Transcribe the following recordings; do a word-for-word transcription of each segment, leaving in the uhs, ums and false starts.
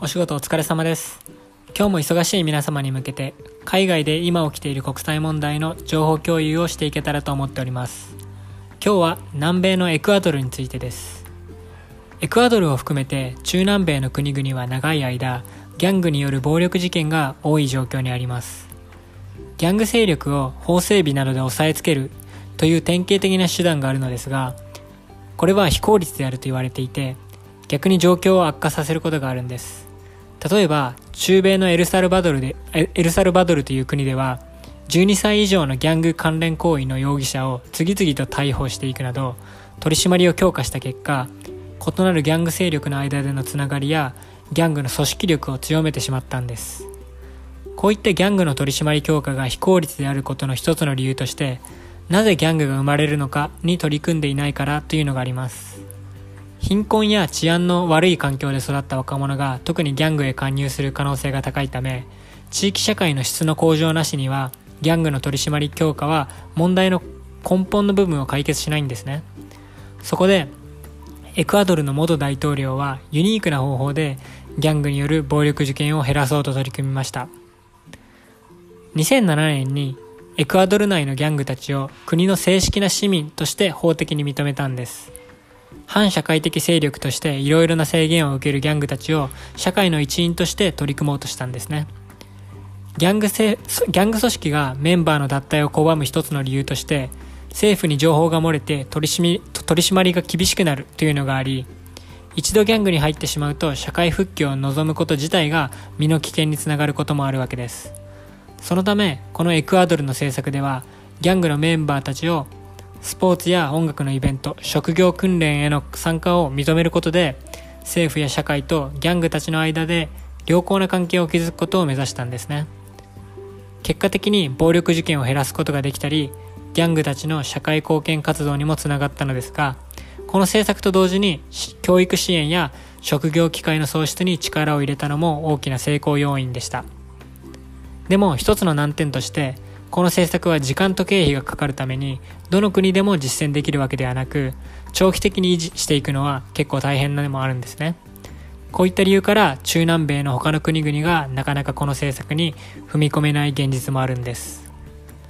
お仕事お疲れ様です。今日も忙しい皆様に向けて海外で今起きている国際問題の情報共有をしていけたらと思っております。今日は南米のエクアドルについてです。エクアドルを含めて中南米の国々は長い間ギャングによる暴力事件が多い状況にあります。ギャング勢力を法整備などで抑えつけるという典型的な手段があるのですが、これは非効率であると言われていて、逆に状況を悪化させることがあるんです。例えば中米のエルサルバドルでエルサルバドルという国ではじゅうにさい以上のギャング関連行為の容疑者を次々と逮捕していくなど取り締まりを強化した結果、異なるギャング勢力の間でのつながりやギャングの組織力を強めてしまったんです。こういったギャングの取り締まり強化が非効率であることの一つの理由として、なぜギャングが生まれるのかに取り組んでいないからというのがあります。貧困や治安の悪い環境で育った若者が特にギャングへ勧誘する可能性が高いため、地域社会の質の向上なしにはギャングの取り締まり強化は問題の根本の部分を解決しないんですね。そこでエクアドルの元大統領はユニークな方法でギャングによる暴力事件を減らそうと取り組みました。にせんななねんにエクアドル内のギャングたちを国の正式な市民として法的に認めたんです。反社会的勢力としていろいろな制限を受けるギャングたちを社会の一員として取り組もうとしたんですね。ギャングせギャング組織がメンバーの脱退を拒む一つの理由として、政府に情報が漏れて取り締み取り締まりが厳しくなるというのがあり、一度ギャングに入ってしまうと社会復帰を望むこと自体が身の危険につながることもあるわけです。そのためこのエクアドルの政策では、ギャングのメンバーたちをスポーツや音楽のイベント、職業訓練への参加を認めることで、政府や社会とギャングたちの間で良好な関係を築くことを目指したんですね。結果的に暴力事件を減らすことができたり、ギャングたちの社会貢献活動にもつながったのですが、この政策と同時に教育支援や職業機会の創出に力を入れたのも大きな成功要因でした。でも一つの難点として、この政策は時間と経費がかかるためにどの国でも実践できるわけではなく、長期的に維持していくのは結構大変なのもあるんですね。こういった理由から中南米の他の国々がなかなかこの政策に踏み込めない現実もあるんです。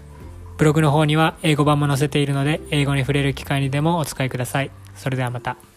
ブログの方には英語版も載せているので、英語に触れる機会にでもお使いください。それではまた。